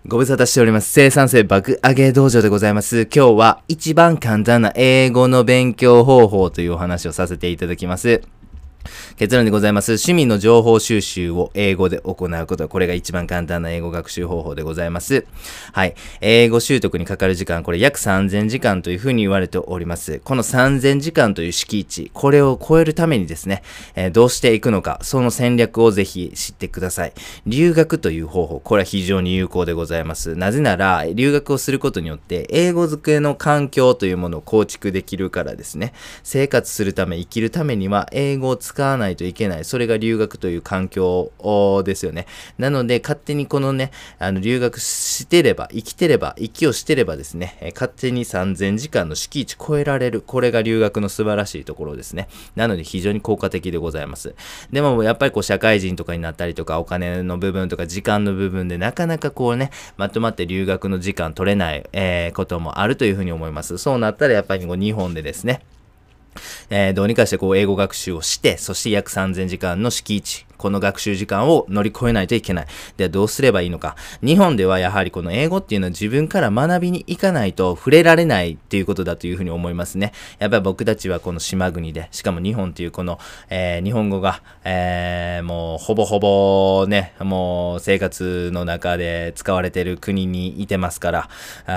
ご無沙汰しております。生産性爆上げ道場でございます。今日は一番簡単な英語の勉強方法というお話をさせていただきます。結論でございます。趣味の情報収集を英語で行うこと。これが一番簡単な英語学習方法でございます。はい。英語習得にかかる時間、これ約3000時間というふうに言われております。この3000時間という敷地、これを超えるためにですね、どうしていくのか、その戦略をぜひ知ってください。留学という方法、これは非常に有効でございます。なぜなら、留学をすることによって、英語付けの環境というものを構築できるからですね。生活するため、生きるためには、英語を使わないといけない。それが留学という環境ですよね。なので、勝手にこのね、留学してれば、生きてれば、息をしてればですね、勝手に3000時間の敷地超えられる。これが留学の素晴らしいところですね。なので、非常に効果的でございます。でも、やっぱりこう、社会人とかになったりとか、お金の部分とか、時間の部分で、なかなかこうね、まとまって留学の時間取れない、こともあるというふうに思います。そうなったら、やっぱりこう、日本でですね、どうにかしてこう英語学習をして、そして約3000時間の敷地、この学習時間を乗り越えないといけない。ではどうすればいいのか。日本ではやはりこの英語っていうのは自分から学びに行かないと触れられないっていうことだというふうに思いますね。やっぱり僕たちはこの島国で、しかも日本っていうこの、日本語が、もうほぼほぼね、もう生活の中で使われている国にいてますから、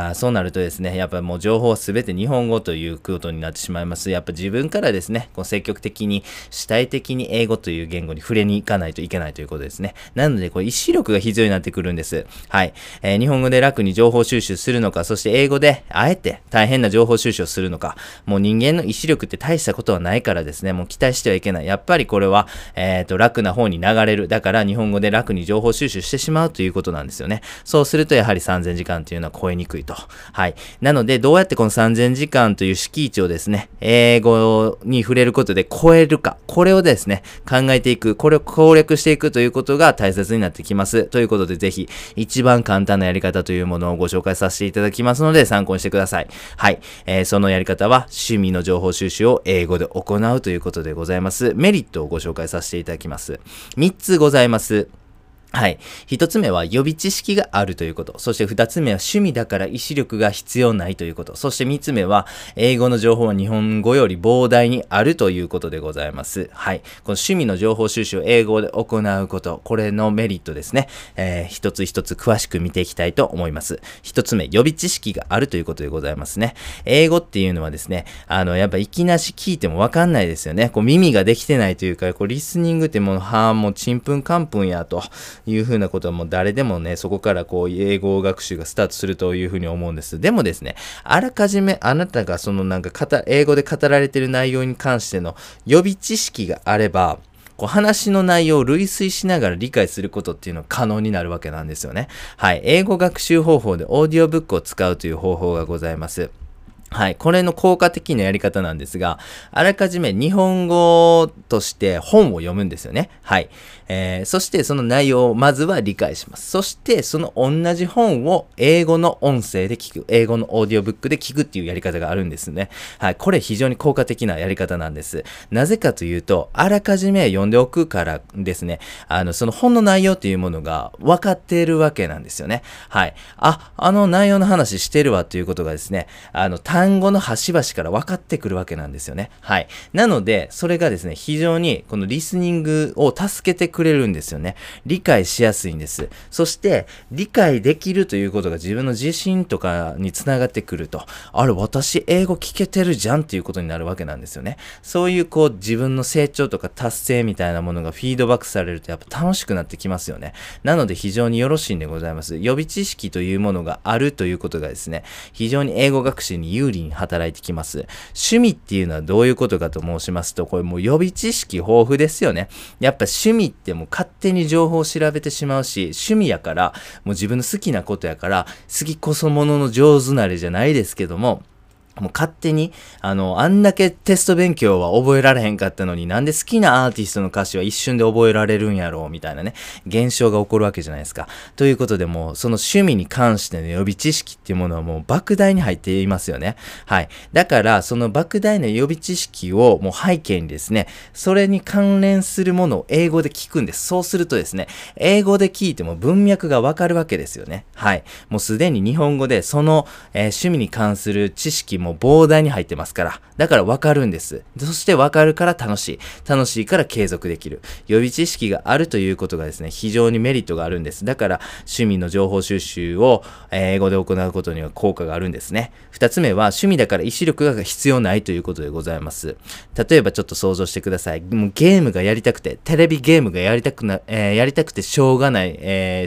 そうなるとですね、やっぱりもう情報はすべて日本語ということになってしまいます。やっぱ自分からですね、こう積極的に主体的に英語という言語に触れに行かないといけないということですね。なので、これ意志力が必要になってくるんです。はい。日本語で楽に情報収集するのか、そして英語であえて大変な情報収集をするのか、もう人間の意志力って大したことはないからですね、もう期待してはいけない。やっぱりこれは、楽な方に流れる。だから日本語で楽に情報収集してしまうということなんですよね。そうするとやはり3000時間というのは超えにくいと。はい。なので、どうやってこの3000時間という敷地をですね、英語に触れることで超えるか、これをですね、考えていく、これを攻略していくということが大切になってきます。ということで、ぜひ、一番簡単なやり方というものをご紹介させていただきますので、参考にしてください。はい。そのやり方は、趣味の情報収集を英語で行うということでございます。メリットをご紹介させていただきます。3つございます。はい。一つ目は予備知識があるということ。そして二つ目は趣味だから意志力が必要ないということ。そして三つ目は英語の情報は日本語より膨大にあるということでございます。はい。この趣味の情報収集を英語で行うこと。これのメリットですね。一つ一つ詳しく見ていきたいと思います。一つ目、予備知識があるということでございますね。英語っていうのはですね、やっぱいきなし聞いてもわかんないですよね。こう耳ができてないというか、こうリスニングってもうちんぷんかんぷんやと。いうふうなことはもう誰でもね、そこからこう英語学習がスタートするというふうに思うんです。でもですね、あらかじめあなたがその英語で語られている内容に関しての予備知識があれば、こう話の内容を類推しながら理解することっていうのが可能になるわけなんですよね。はい。英語学習方法でオーディオブックを使うという方法がございます。はい。これの効果的なやり方なんですが、あらかじめ日本語として本を読むんですよね。はい。そしてその内容をまずは理解します。そしてその同じ本を英語の音声で聞く。英語のオーディオブックで聞くっていうやり方があるんですね。はい。これ非常に効果的なやり方なんです。なぜかというと、あらかじめ読んでおくからですね、その本の内容っていうものが分かっているわけなんですよね。はい。内容の話してるわっていうことがですね、単語の端々から分かってくるわけなんですよね。はい。なので、それがですね、非常にこのリスニングを助けてくれるんですよね。理解しやすいんです。そして、理解できるということが自分の自信とかにつながってくると、あれ、私英語聞けてるじゃんっていうことになるわけなんですよね。そういうこう自分の成長とか達成みたいなものがフィードバックされるとやっぱ楽しくなってきますよね。なので非常によろしいんでございます。予備知識というものがあるということがですね、非常に英語学習に有利に働いてきます。趣味っていうのはどういうことかと申しますと、これもう予備知識豊富ですよね。やっぱ趣味ってもう勝手に情報を調べてしまうし、趣味やからもう自分の好きなことやから好きこそものの上手なれじゃないですけども、 もう勝手に、あんだけテスト勉強は覚えられへんかったのに、なんで好きなアーティストの歌詞は一瞬で覚えられるんやろうみたいなね、現象が起こるわけじゃないですか。ということで、もうその趣味に関しての予備知識っていうものはもう莫大に入っていますよね。はい。だから、その莫大な予備知識をもう背景にですね、それに関連するものを英語で聞くんです。そうするとですね、英語で聞いても文脈がわかるわけですよね。はい。もうすでに日本語でその、趣味に関する知識も膨大に入ってますから。だからわかるんです。そしてわかるから楽しい。楽しいから継続できる。予備知識があるということがですね、非常にメリットがあるんです。だから趣味の情報収集を英語で行うことには効果があるんですね。二つ目は趣味だから意志力が必要ないということでございます。例えばちょっと想像してください。もうゲームがやりたくて、テレビゲームがやりたくてしょうがない、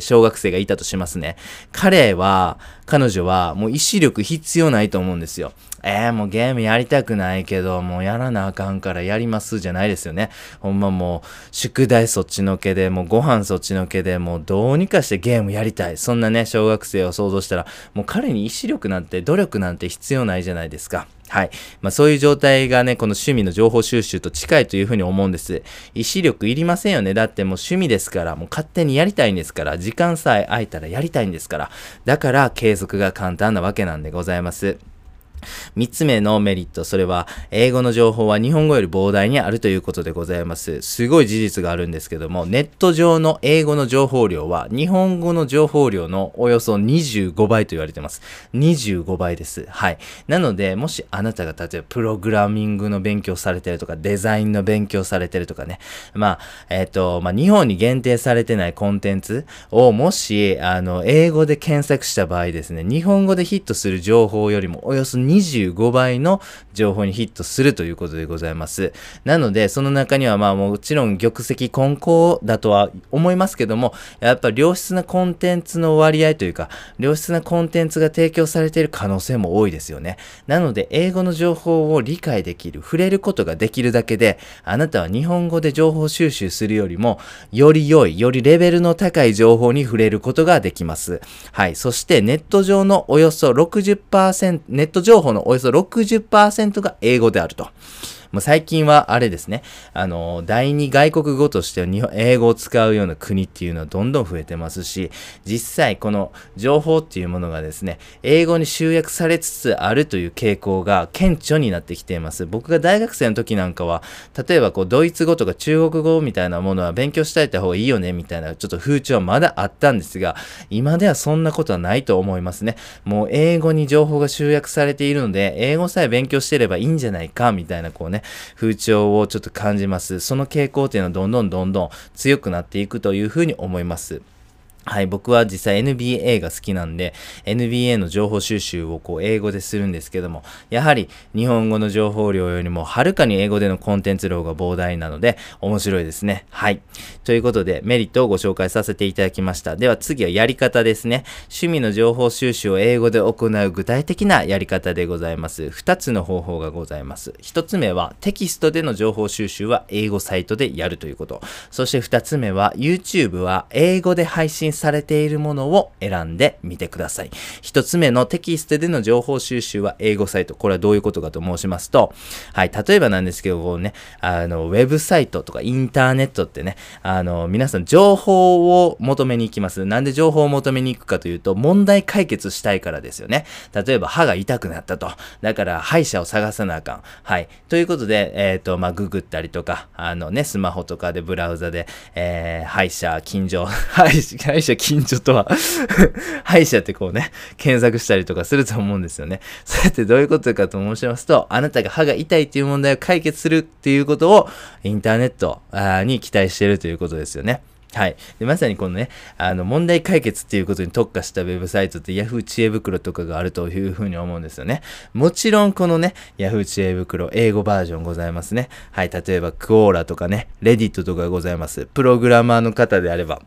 小学生がいたとしますね。彼女はもう意志力必要ないと思うんですよ。もうゲームやりたくないけど、もうやらなあかんからやりますじゃないですよね。ほんまもう、宿題そっちのけで、もうご飯そっちのけで、もうどうにかしてゲームやりたい。そんなね、小学生を想像したら、もう彼に意志力なんて、努力なんて必要ないじゃないですか。はい。そういう状態がね、この趣味の情報収集と近いというふうに思うんです。意志力いりませんよね。だってもう趣味ですから、もう勝手にやりたいんですから、時間さえ空いたらやりたいんですから。だから継続が簡単なわけなんでございます。三つ目のメリット、それは英語の情報は日本語より膨大にあるということでございます。すごい事実があるんですけども、ネット上の英語の情報量は日本語の情報量のおよそ25倍と言われています。25倍です。はい。なので、もしあなたが例えばプログラミングの勉強されてるとか、デザインの勉強されてるとかね、日本に限定されてないコンテンツをもし、英語で検索した場合ですね、日本語でヒットする情報よりもおよそ25倍の情報にヒットするということでございます。なので、その中にはもちろん玉石混交だとは思いますけども、やっぱ良質なコンテンツの割合というか、良質なコンテンツが提供されている可能性も多いですよね。なので、英語の情報を理解できる、触れることができるだけで、あなたは日本語で情報収集するよりも、より良い、よりレベルの高い情報に触れることができます。はい。そして、ネット上のおよそ 60%、ネット情報のおよそ 60% が英語であると。もう最近はあれですね、第二外国語として英語を使うような国っていうのはどんどん増えてますし、実際この情報っていうものがですね、英語に集約されつつあるという傾向が顕著になってきています。僕が大学生の時なんかは、例えばドイツ語とか中国語みたいなものは勉強しておいた方がいいよねみたいなちょっと風潮はまだあったんですが、今ではそんなことはないと思いますね。もう英語に情報が集約されているので、英語さえ勉強してればいいんじゃないかみたいな風潮をちょっと感じます。その傾向っていうのはどんどん強くなっていくというふうに思います。はい、僕は実際 NBA が好きなんで、NBA の情報収集を英語でするんですけども、やはり日本語の情報量よりもはるかに英語でのコンテンツ量が膨大なので、面白いですね。はい。ということで、メリットをご紹介させていただきました。では次はやり方ですね。趣味の情報収集を英語で行う具体的なやり方でございます。2つの方法がございます。1つ目は、テキストでの情報収集は英語サイトでやるということ。そして2つ目は、YouTube は英語で配信されているものを選んでみてください。一つ目のテキストでの情報収集は英語サイト。これはどういうことかと申しますと、はい、例えばなんですけど、ウェブサイトとかインターネットってね、皆さん情報を求めに行きます。なんで情報を求めに行くかというと、問題解決したいからですよね。例えば歯が痛くなったと。だから歯医者を探さなあかん。はい。ということで、ググったりとか、スマホとかでブラウザで、歯医者近所とは歯医者って検索したりとかすると思うんですよね。それってどういうことかと申しますと、あなたが歯が痛いっていう問題を解決するっていうことをインターネットに期待しているということですよね。はい。で、まさに問題解決っていうことに特化したウェブサイトって Yahoo 知恵袋とかがあるというふうに思うんですよね。もちろんYahoo 知恵袋英語バージョンございますね。はい。例えばクオーラとかね、レディットとかございます。プログラマーの方であれば、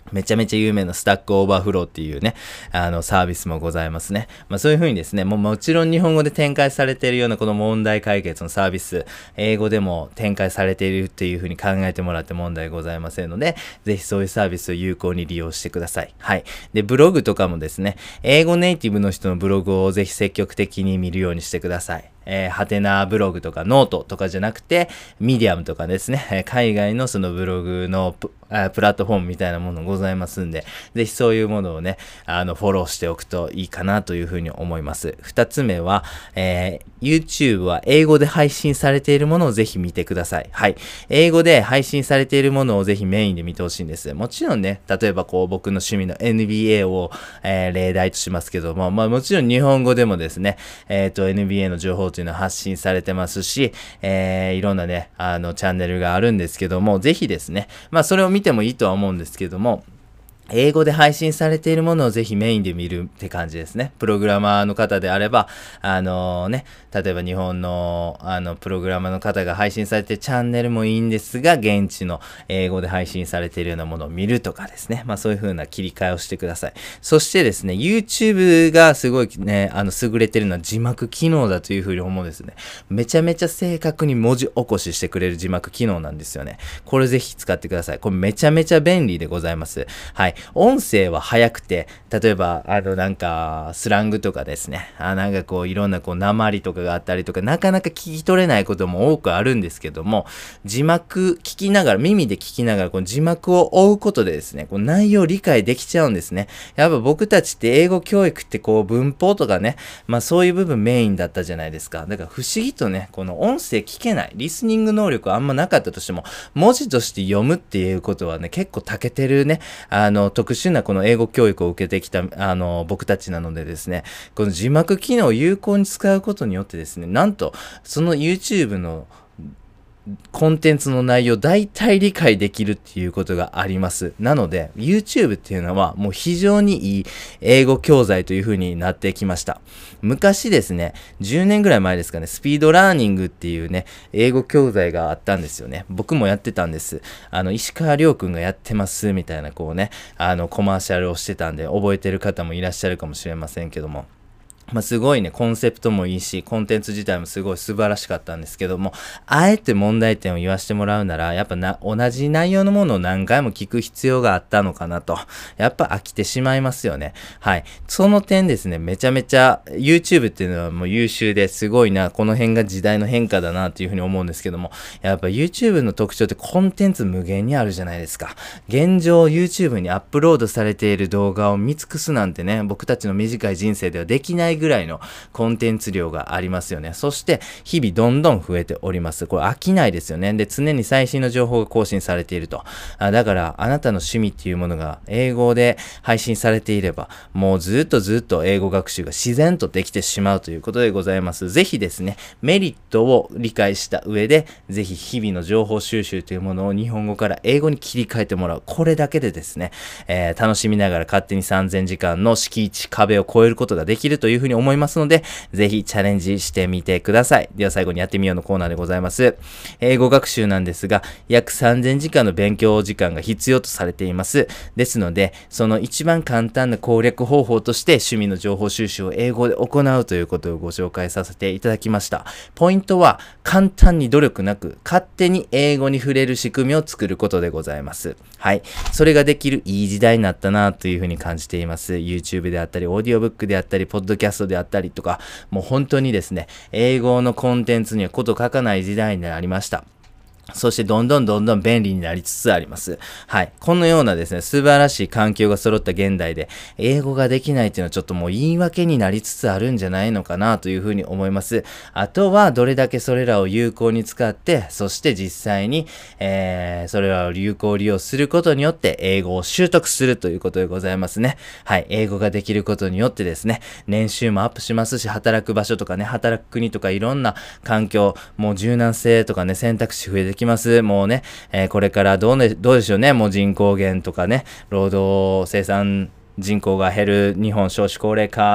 めちゃめちゃ有名なスタックオーバーフローっていうね、サービスもございますね。そういう風にですね、もちろん日本語で展開されているようなこの問題解決のサービス、英語でも展開されているっていう風に考えてもらって問題ございませんので、ぜひそういうサービスを有効に利用してください。はい。で、ブログとかもですね、英語ネイティブの人のブログをぜひ積極的に見るようにしてください。ハテナブログとかノートとかじゃなくて、ミディアムとかですね、海外のそのブログのプラットフォームみたいなものございますんで、ぜひそういうものをね、フォローしておくといいかなというふうに思います。二つ目は、YouTube は英語で配信されているものをぜひ見てください。はい。英語で配信されているものをぜひメインで見てほしいんです。もちろんね、例えば僕の趣味の NBA を、例題としますけども、もちろん日本語でもですね、NBA の情報というのは発信されてますし、いろんなね、チャンネルがあるんですけども、ぜひですね、それを見てもいいとは思うんですけども、英語で配信されているものをぜひメインで見るって感じですね。プログラマーの方であれば、例えば日本の、プログラマーの方が配信されているチャンネルもいいんですが、現地の英語で配信されているようなものを見るとかですね。そういう風な切り替えをしてください。そしてですね、YouTube がすごいね、優れてるのは字幕機能だという風に思うんですね。めちゃめちゃ正確に文字起こししてくれる字幕機能なんですよね。これぜひ使ってください。これめちゃめちゃ便利でございます。はい。音声は早くて、例えば、スラングとかですね。いろんな訛りとかがあったりとか、なかなか聞き取れないことも多くあるんですけども、字幕聞きながら、耳で聞きながら、この字幕を追うことでですね、内容を理解できちゃうんですね。やっぱ僕たちって英語教育って文法とかね、そういう部分メインだったじゃないですか。だから不思議とね、この音声聞けない、リスニング能力はあんまなかったとしても、文字として読むっていうことはね、結構長けてるね、特殊なこの英語教育を受けてきた、僕たちなのでですね、この字幕機能を有効に使うことによってですね、なんと、その YouTube のコンテンツの内容大体理解できるっていうことがあります。なので YouTube っていうのはもう非常にいい英語教材という風になってきました。昔ですね、10年ぐらい前ですかね、スピードラーニングっていうね、英語教材があったんですよね。僕もやってたんです。石川亮くんがやってますみたいなコマーシャルをしてたんで、覚えてる方もいらっしゃるかもしれませんけども。すごいね、コンセプトもいいし、コンテンツ自体もすごい素晴らしかったんですけども、あえて問題点を言わせてもらうなら、やっぱ同じ内容のものを何回も聞く必要があったのかなと。やっぱ飽きてしまいますよね。はい。その点ですね、めちゃめちゃ YouTube っていうのはもう優秀ですごいな、この辺が時代の変化だなっていうふうに思うんですけども、やっぱ YouTube の特徴ってコンテンツ無限にあるじゃないですか。現状 YouTube にアップロードされている動画を見尽くすなんてね、僕たちの短い人生ではできないぐらいのコンテンツ量がありますよね。そして日々どんどん増えております。これ飽きないですよね。で、常に最新の情報が更新されていると。だからあなたの趣味っていうものが英語で配信されていれば、もうずっと英語学習が自然とできてしまうということでございます。ぜひですね、メリットを理解した上で、ぜひ日々の情報収集というものを日本語から英語に切り替えてもらう。これだけでですね、楽しみながら勝手に3000時間の敷地壁を越えることができるというふうに思いますので、ぜひチャレンジしてみてください。では最後にやってみようのコーナーでございます。英語学習なんですが、約3000時間の勉強時間が必要とされています。ですので、その一番簡単な攻略方法として趣味の情報収集を英語で行うということをご紹介させていただきました。ポイントは簡単に努力なく勝手に英語に触れる仕組みを作ることでございます。はい。それができるいい時代になったなというふうに感じています。YouTube であったり、オーディオブックであったり、ポッドキャストであったりとか、もう本当にですね、英語のコンテンツにはこと書かない時代になりました。そしてどんどん便利になりつつあります。はい。このようなですね、素晴らしい環境が揃った現代で、英語ができないっていうのはちょっともう言い訳になりつつあるんじゃないのかなというふうに思います。あとはどれだけそれらを有効に使って、そして実際に、それらを有効利用することによって英語を習得するということでございますね。はい。英語ができることによってですね、年収もアップしますし、働く場所とかね、働く国とかいろんな環境、もう柔軟性とかね、選択肢増えてきます。もうね、これからどうでしょうね。もう人口減とかね、労働生産人口が減る日本少子高齢化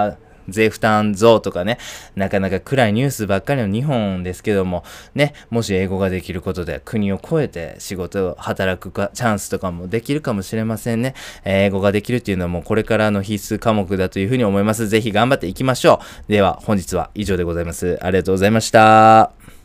税負担増とかね、なかなか暗いニュースばっかりの日本ですけども、ね、もし英語ができることで国を越えて仕事を働くチャンスとかもできるかもしれませんね。英語ができるっていうのはもうこれからの必須科目だというふうに思います。ぜひ頑張っていきましょう。では本日は以上でございます。ありがとうございました。